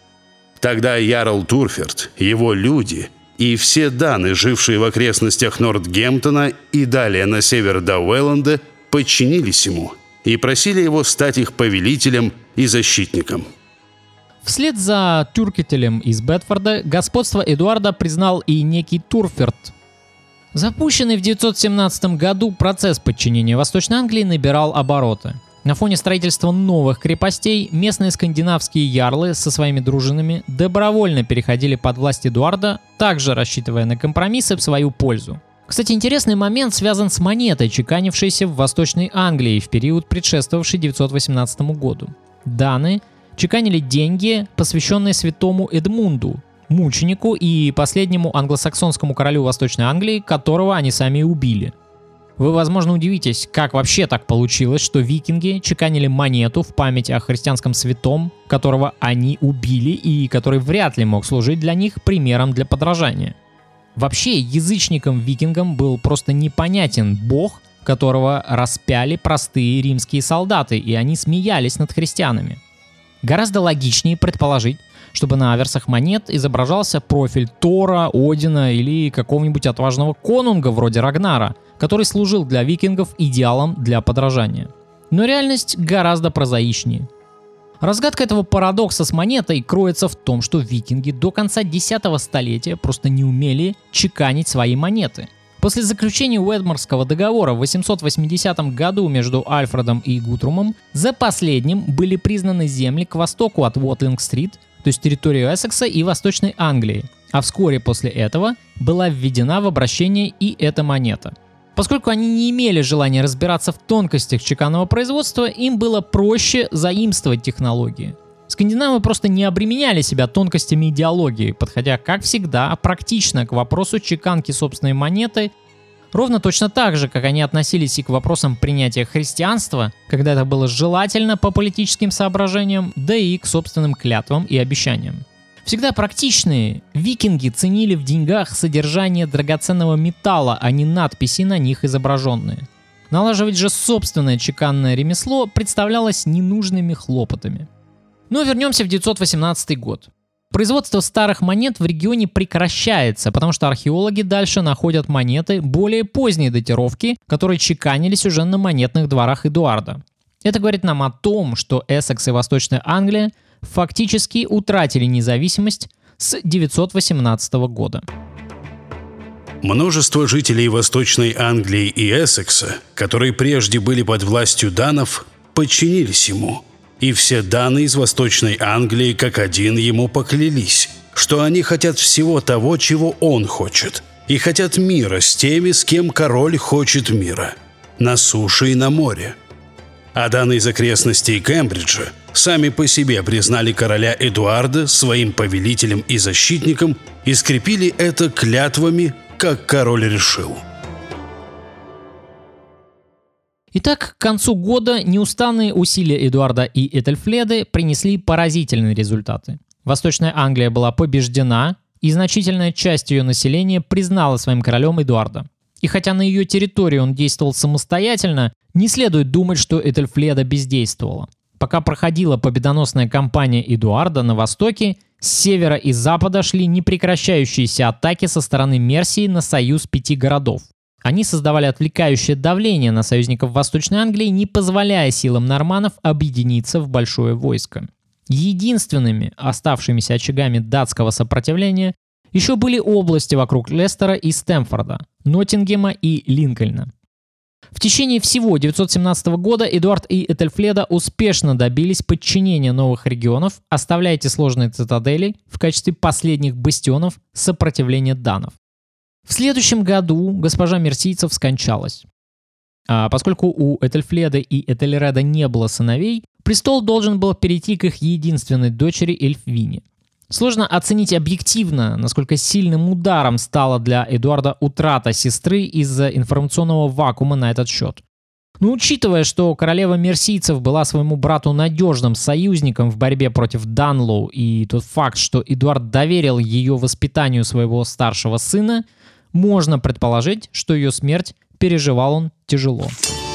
Speaker 3: Тогда ярл Турферт, его люди и все даны, жившие в окрестностях Нортгемптона и далее на север до Уэлленда, подчинились ему и просили его стать их повелителем и защитником.
Speaker 1: Вслед за Тюркетелем из Бетфорда господство Эдуарда признал и некий Турферт. Запущенный в девятьсот семнадцатом году процесс подчинения Восточной Англии набирал обороты. На фоне строительства новых крепостей местные скандинавские ярлы со своими дружинами добровольно переходили под власть Эдуарда, также рассчитывая на компромиссы в свою пользу. Кстати, интересный момент связан с монетой, чеканившейся в Восточной Англии в период, предшествовавший девятьсот восемнадцатому году. Даны чеканили деньги, посвященные святому Эдмунду, мученику и последнему англосаксонскому королю Восточной Англии, которого они сами убили. Вы, возможно, удивитесь, как вообще так получилось, что викинги чеканили монету в память о христианском святом, которого они убили и который вряд ли мог служить для них примером для подражания. Вообще, язычникам-викингам был просто непонятен бог, которого распяли простые римские солдаты, и они смеялись над христианами. Гораздо логичнее предположить, чтобы на аверсах монет изображался профиль Тора, Одина или какого-нибудь отважного конунга вроде Рагнара, который служил для викингов идеалом для подражания. Но реальность гораздо прозаичнее. Разгадка этого парадокса с монетой кроется в том, что викинги до конца десятого столетия просто не умели чеканить свои монеты. После заключения Уэдморского договора в восемьсот восьмидесятом году между Альфредом и Гутрумом за последним были признаны земли к востоку от Уотлинг-стрит, то есть территорию Эссекса и Восточной Англии, а вскоре после этого была введена в обращение и эта монета. Поскольку они не имели желания разбираться в тонкостях чеканного производства, им было проще заимствовать технологии. Скандинавы просто не обременяли себя тонкостями идеологии, подходя, как всегда, практично к вопросу чеканки собственной монеты, ровно точно так же, как они относились и к вопросам принятия христианства, когда это было желательно по политическим соображениям, да и к собственным клятвам и обещаниям. Всегда практичные, викинги ценили в деньгах содержание драгоценного металла, а не надписи на них изображенные. Налаживать же собственное чеканное ремесло представлялось ненужными хлопотами. Но вернемся в девятьсот восемнадцатый год. Производство старых монет в регионе прекращается, потому что археологи дальше находят монеты более поздней датировки, которые чеканились уже на монетных дворах Эдуарда. Это говорит нам о том, что Эссекс и Восточная Англия фактически утратили независимость с девятьсот восемнадцатого года.
Speaker 3: Множество жителей Восточной Англии и Эссекса, которые прежде были под властью данов, подчинились ему. И все даны из Восточной Англии как один ему поклялись, что они хотят всего того, чего он хочет, и хотят мира с теми, с кем король хочет мира, на суше и на море. А даны из окрестностей Кембриджа сами по себе признали короля Эдуарда своим повелителем и защитником и скрепили это клятвами, как король решил.
Speaker 1: Итак, к концу года неустанные усилия Эдуарда и Этельфледы принесли поразительные результаты. Восточная Англия была побеждена, и значительная часть ее населения признала своим королем Эдуарда. И хотя на ее территории он действовал самостоятельно, не следует думать, что Этельфледа бездействовала. Пока проходила победоносная кампания Эдуарда на востоке, с севера и запада шли непрекращающиеся атаки со стороны Мерсии на союз пяти городов. Они создавали отвлекающее давление на союзников Восточной Англии, не позволяя силам норманнов объединиться в большое войско. Единственными оставшимися очагами датского сопротивления еще были области вокруг Лестера и Стэмфорда, Ноттингема и Линкольна. В течение всего девятьсот семнадцатого года Эдуард и Этельфледа успешно добились подчинения новых регионов, оставляя эти сложные цитадели в качестве последних бастионов сопротивления данов. В следующем году госпожа Мерсийцев скончалась. А поскольку у Этельфледа и Этельреда не было сыновей, престол должен был перейти к их единственной дочери Эльфвине. Сложно оценить объективно, насколько сильным ударом стала для Эдуарда утрата сестры из-за информационного вакуума на этот счет. Но учитывая, что королева Мерсийцев была своему брату надежным союзником в борьбе против Данлоу, и тот факт, что Эдуард доверил ее воспитанию своего старшего сына, можно предположить, что ее смерть переживал он тяжело.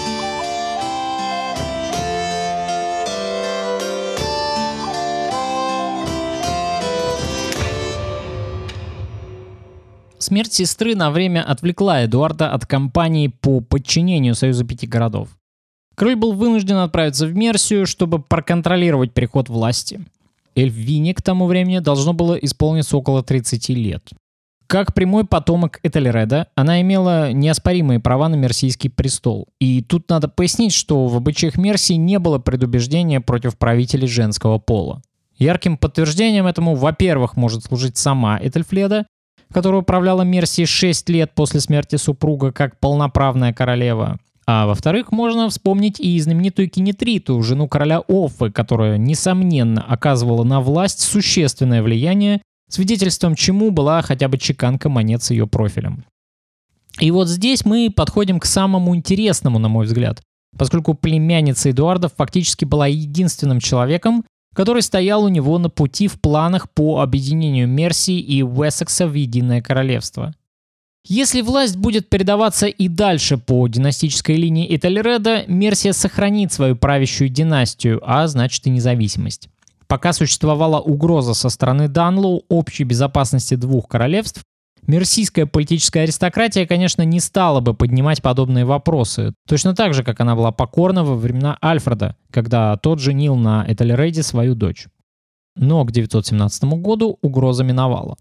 Speaker 1: Смерть сестры на время отвлекла Эдуарда от кампании по подчинению Союза пяти городов. Король был вынужден отправиться в Мерсию, чтобы проконтролировать переход власти. Эльфвине к тому времени должно было исполниться около тридцати лет. Как прямой потомок Этельреда, она имела неоспоримые права на мерсийский престол. И тут надо пояснить, что в обычаях Мерсии не было предубеждения против правителей женского пола. Ярким подтверждением этому, во-первых, может служить сама Этельфледа, которая управляла Мерсией шесть лет после смерти супруга как полноправная королева. А во-вторых, можно вспомнить и знаменитую Кенетриту, жену короля Оффы, которая, несомненно, оказывала на власть существенное влияние, свидетельством чему была хотя бы чеканка монет с ее профилем. И вот здесь мы подходим к самому интересному, на мой взгляд, поскольку племянница Эдуарда фактически была единственным человеком, который стоял у него на пути в планах по объединению Мерсии и Уэссекса в единое королевство. Если власть будет передаваться и дальше по династической линии Этельреда, Мерсия сохранит свою правящую династию, а значит и независимость. Пока существовала угроза со стороны Данлоу общей безопасности двух королевств, Мерсийская политическая аристократия, конечно, не стала бы поднимать подобные вопросы, точно так же, как она была покорна во времена Альфреда, когда тот женил на Этельреде свою дочь. Но к девятьсот семнадцатому году угроза миновала.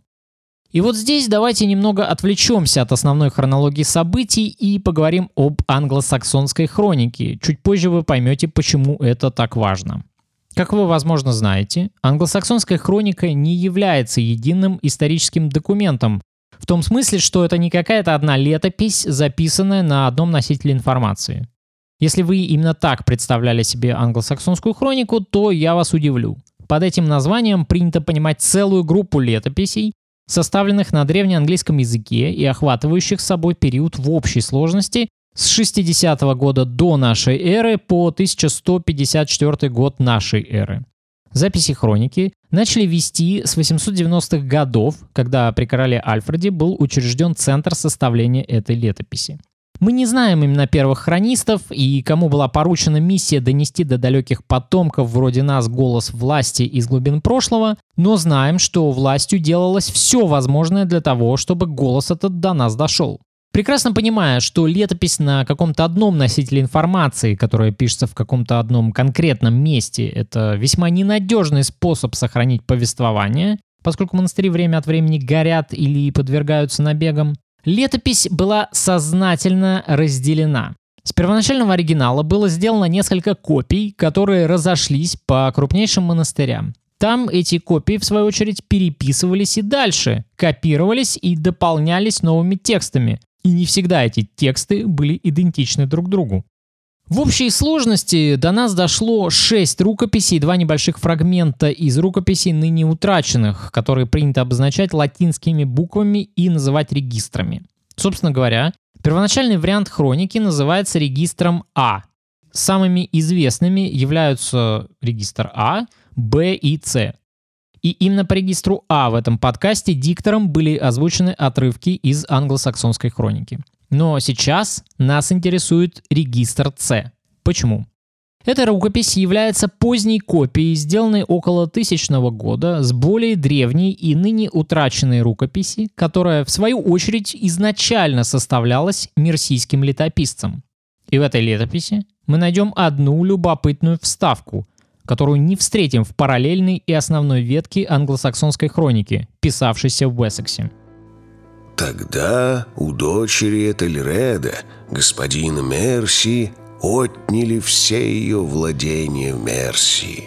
Speaker 1: И вот здесь давайте немного отвлечемся от основной хронологии событий и поговорим об англосаксонской хронике. Чуть позже вы поймете, почему это так важно. Как вы, возможно, знаете, англосаксонская хроника не является единым историческим документом, в том смысле, что это не какая-то одна летопись, записанная на одном носителе информации. Если вы именно так представляли себе англосаксонскую хронику, то я вас удивлю. Под этим названием принято понимать целую группу летописей, составленных на древнеанглийском языке и охватывающих собой период в общей сложности с шестидесятого года до нашей эры по тысяча сто пятьдесят четвёртый год нашей эры. Записи хроники начали вести с восемьсот девяностых годов, когда при короле Альфреде был учрежден центр составления этой летописи. Мы не знаем имена первых хронистов и кому была поручена миссия донести до далеких потомков вроде нас голос власти из глубин прошлого, но знаем, что властью делалось все возможное для того, чтобы голос этот до нас дошел. Прекрасно понимая, что летопись на каком-то одном носителе информации, которая пишется в каком-то одном конкретном месте, это весьма ненадежный способ сохранить повествование, поскольку монастыри время от времени горят или подвергаются набегам, летопись была сознательно разделена. С первоначального оригинала было сделано несколько копий, которые разошлись по крупнейшим монастырям. Там эти копии, в свою очередь, переписывались и дальше, копировались и дополнялись новыми текстами. И не всегда эти тексты были идентичны друг другу. В общей сложности до нас дошло шесть рукописей и два небольших фрагмента из рукописей ныне утраченных, которые принято обозначать латинскими буквами и называть регистрами. Собственно говоря, первоначальный вариант хроники называется регистром А. Самыми известными являются регистр А, Б и С. И именно по регистру А в этом подкасте диктором были озвучены отрывки из англосаксонской хроники. Но сейчас нас интересует регистр С. Почему? Эта рукопись является поздней копией, сделанной около тысячного года, с более древней и ныне утраченной рукописи, которая, в свою очередь, изначально составлялась мерсийским летописцем. И в этой летописи мы найдем одну любопытную вставку, которую не встретим в параллельной и основной ветке англосаксонской хроники, писавшейся в Уэссексе.
Speaker 4: Тогда у дочери Этельреда, господина Мерсии, отняли все ее владения в Мерсии.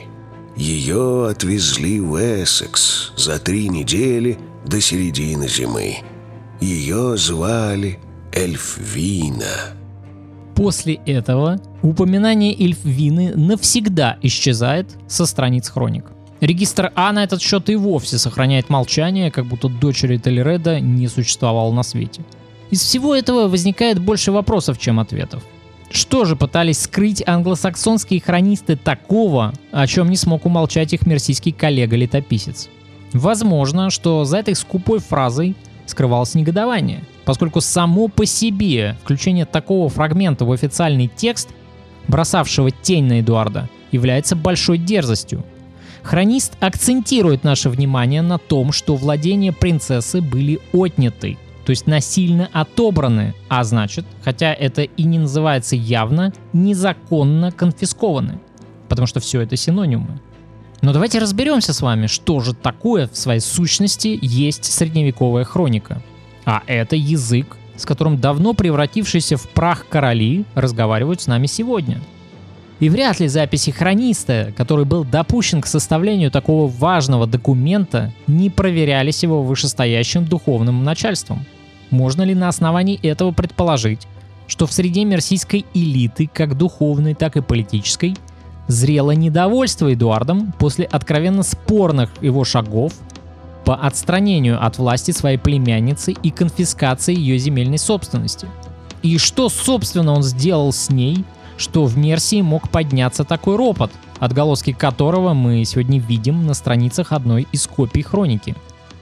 Speaker 4: Ее отвезли в Эссекс за три недели до середины зимы. Ее звали Эльфвина.
Speaker 1: После этого упоминание Эльфвины навсегда исчезает со страниц хроник. Регистр А на этот счет и вовсе сохраняет молчание, как будто дочери Этельреда не существовало на свете. Из всего этого возникает больше вопросов, чем ответов. Что же пытались скрыть англосаксонские хронисты такого, о чем не смог умолчать их мерсийский коллега-летописец? Возможно, что за этой скупой фразой скрывалось негодование, поскольку само по себе включение такого фрагмента в официальный текст, бросавшего тень на Эдуарда, является большой дерзостью. Хронист акцентирует наше внимание на том, что владения принцессы были отняты, то есть насильно отобраны, а значит, хотя это и не называется явно, незаконно конфискованы, потому что все это синонимы. Но давайте разберемся с вами, что же такое в своей сущности есть средневековая хроника. А это язык, с которым давно превратившиеся в прах короли разговаривают с нами сегодня. И вряд ли записи хрониста, который был допущен к составлению такого важного документа, не проверялись его вышестоящим духовным начальством. Можно ли на основании этого предположить, что в среде мерсийской элиты, как духовной, так и политической, зрело недовольство Эдуардом после откровенно спорных его шагов по отстранению от власти своей племянницы и конфискации ее земельной собственности? И что, собственно, он сделал с ней, что в Мерсии мог подняться такой ропот, отголоски которого мы сегодня видим на страницах одной из копий хроники?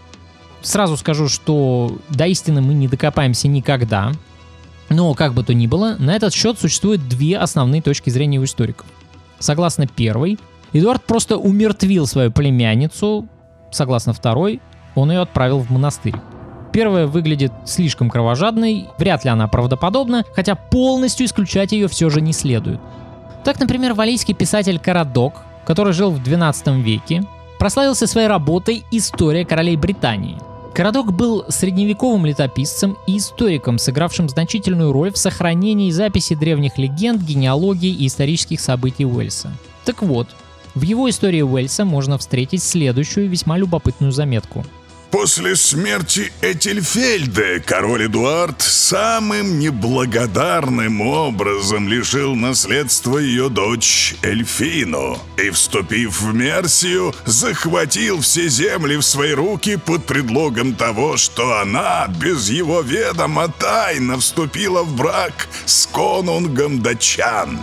Speaker 1: Сразу скажу, что до истины мы не докопаемся никогда, но как бы то ни было, на этот счет существует две основные точки зрения у историков. Согласно первой, Эдуард просто умертвил свою племянницу, согласно второй, он ее отправил в монастырь. Первая выглядит слишком кровожадной, вряд ли она правдоподобна, хотя полностью исключать ее все же не следует. Так, например, валлийский писатель Карадок, который жил в двенадцатом веке, прославился своей работой «История королей Британии». Карадок был средневековым летописцем и историком, сыгравшим значительную роль в сохранении записи древних легенд, генеалогий и исторических событий Уэльса. Так вот, в его истории Уэльса можно встретить следующую весьма любопытную заметку.
Speaker 6: После смерти Этельфельды король Эдуард самым неблагодарным образом лишил наследства ее дочь Эльфину и, вступив в Мерсию, захватил все земли в свои руки под предлогом того, что она без его ведома тайно вступила в брак с конунгом датчан.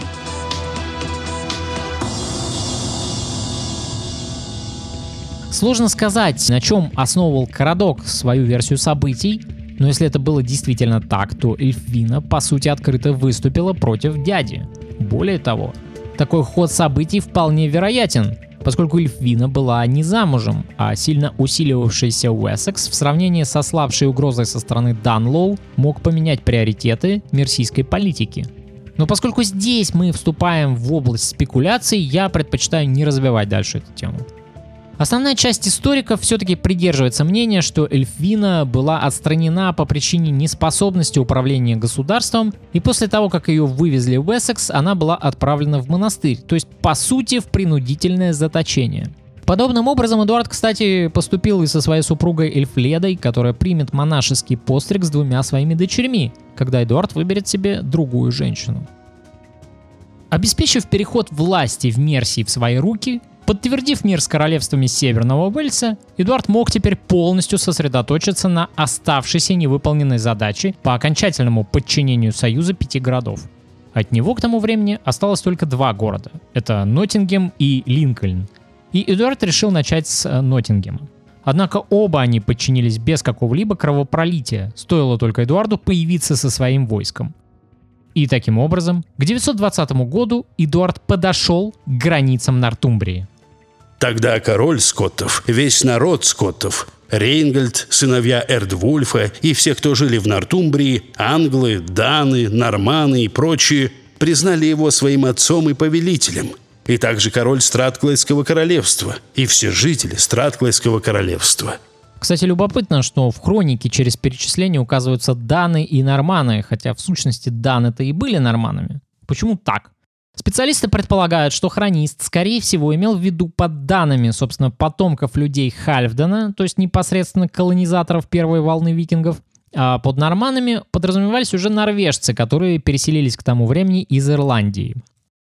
Speaker 1: Сложно сказать, на чем основывал Карадок свою версию событий, но если это было действительно так, то Эльфвина, по сути, открыто выступила против дяди. Более того, такой ход событий вполне вероятен, поскольку Эльфвина была не замужем, а сильно усиливавшийся Уэссекс в сравнении со слабшей угрозой со стороны Данлоу мог поменять приоритеты мерсийской политики. Но поскольку здесь мы вступаем в область спекуляций, я предпочитаю не развивать дальше эту тему. Основная часть историков все-таки придерживается мнения, что Эльфвина была отстранена по причине неспособности управления государством, и после того, как ее вывезли в Уэссекс, она была отправлена в монастырь, то есть по сути в принудительное заточение. Подобным образом Эдуард, кстати, поступил и со своей супругой Эльфледой, которая примет монашеский постриг с двумя своими дочерьми, когда Эдуард выберет себе другую женщину. Обеспечив переход власти в Мерсии в свои руки, подтвердив мир с королевствами Северного Уэльса, Эдуард мог теперь полностью сосредоточиться на оставшейся невыполненной задаче по окончательному подчинению Союза пяти городов. От него к тому времени осталось только два города – это Ноттингем и Линкольн. И Эдуард решил начать с Ноттингема. Однако оба они подчинились без какого-либо кровопролития, стоило только Эдуарду появиться со своим войском. И таким образом, к девятьсот двадцатому году Эдуард подошел к границам Нортумбрии.
Speaker 3: Тогда король скоттов, весь народ скоттов, Рейнгольд, сыновья Эрдвульфа и все, кто жили в Нортумбрии, англы, даны, норманы и прочие, признали его своим отцом и повелителем. И также король Стратклайского королевства и все жители Стратклайского королевства.
Speaker 1: Кстати, любопытно, что в хронике через перечисление указываются даны и норманы, хотя в сущности даны-то и были норманами. Почему так? Специалисты предполагают, что хронист, скорее всего, имел в виду под данами, собственно, потомков людей Хальфдена, то есть непосредственно колонизаторов первой волны викингов, а под норманами подразумевались уже норвежцы, которые переселились к тому времени из Ирландии.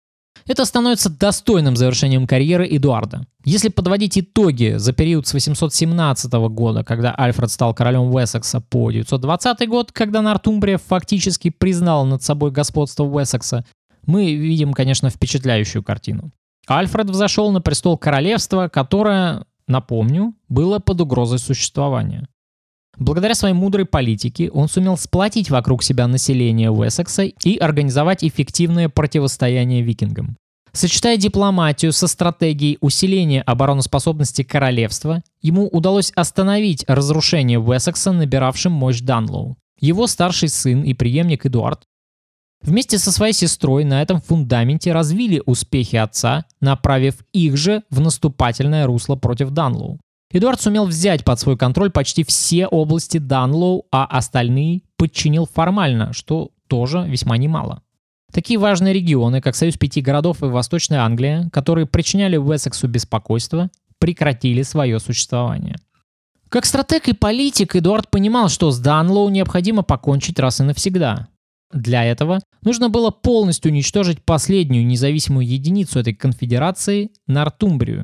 Speaker 1: Это становится достойным завершением карьеры Эдуарда. Если подводить итоги за период с восемьсот семнадцатого года, когда Альфред стал королем Уэссекса, по девятьсот двадцатый год, когда Нортумбрия фактически признала над собой господство Уэссекса, мы видим, конечно, впечатляющую картину. Альфред взошел на престол королевства, которое, напомню, было под угрозой существования. Благодаря своей мудрой политике он сумел сплотить вокруг себя население Уэссекса и организовать эффективное противостояние викингам. Сочетая дипломатию со стратегией усиления обороноспособности королевства, ему удалось остановить разрушение Уэссекса, набиравшим мощь Данлоу. Его старший сын и преемник Эдуард вместе со своей сестрой на этом фундаменте развили успехи отца, направив их же в наступательное русло против Данлоу. Эдуард сумел взять под свой контроль почти все области Данлоу, а остальные подчинил формально, что тоже весьма немало. Такие важные регионы, как Союз пяти городов и Восточная Англия, которые причиняли Уэссексу беспокойство, прекратили свое существование. Как стратег и политик Эдуард понимал, что с Данлоу необходимо покончить раз и навсегда. Для этого нужно было полностью уничтожить последнюю независимую единицу этой конфедерации – Нортумбрию.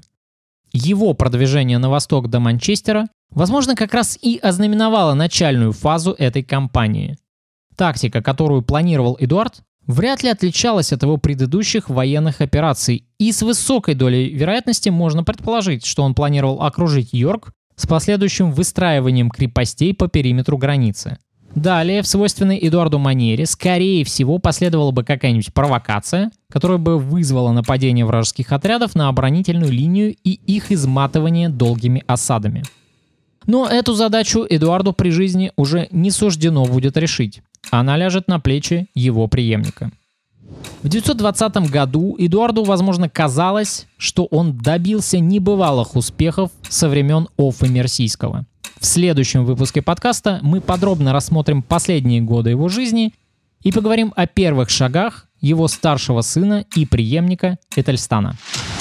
Speaker 1: Его продвижение на восток до Манчестера, возможно, как раз и ознаменовало начальную фазу этой кампании. Тактика, которую планировал Эдуард, вряд ли отличалась от его предыдущих военных операций, и с высокой долей вероятности можно предположить, что он планировал окружить Йорк с последующим выстраиванием крепостей по периметру границы. Далее, в свойственной Эдуарду манере, скорее всего, последовала бы какая-нибудь провокация, которая бы вызвала нападение вражеских отрядов на оборонительную линию и их изматывание долгими осадами. Но эту задачу Эдуарду при жизни уже не суждено будет решить. Она ляжет на плечи его преемника. В девятьсот двадцатом году Эдуарду, возможно, казалось, что он добился небывалых успехов со времен Оффы Мерсийского. В следующем выпуске подкаста мы подробно рассмотрим последние годы его жизни и поговорим о первых шагах его старшего сына и преемника Этельстана.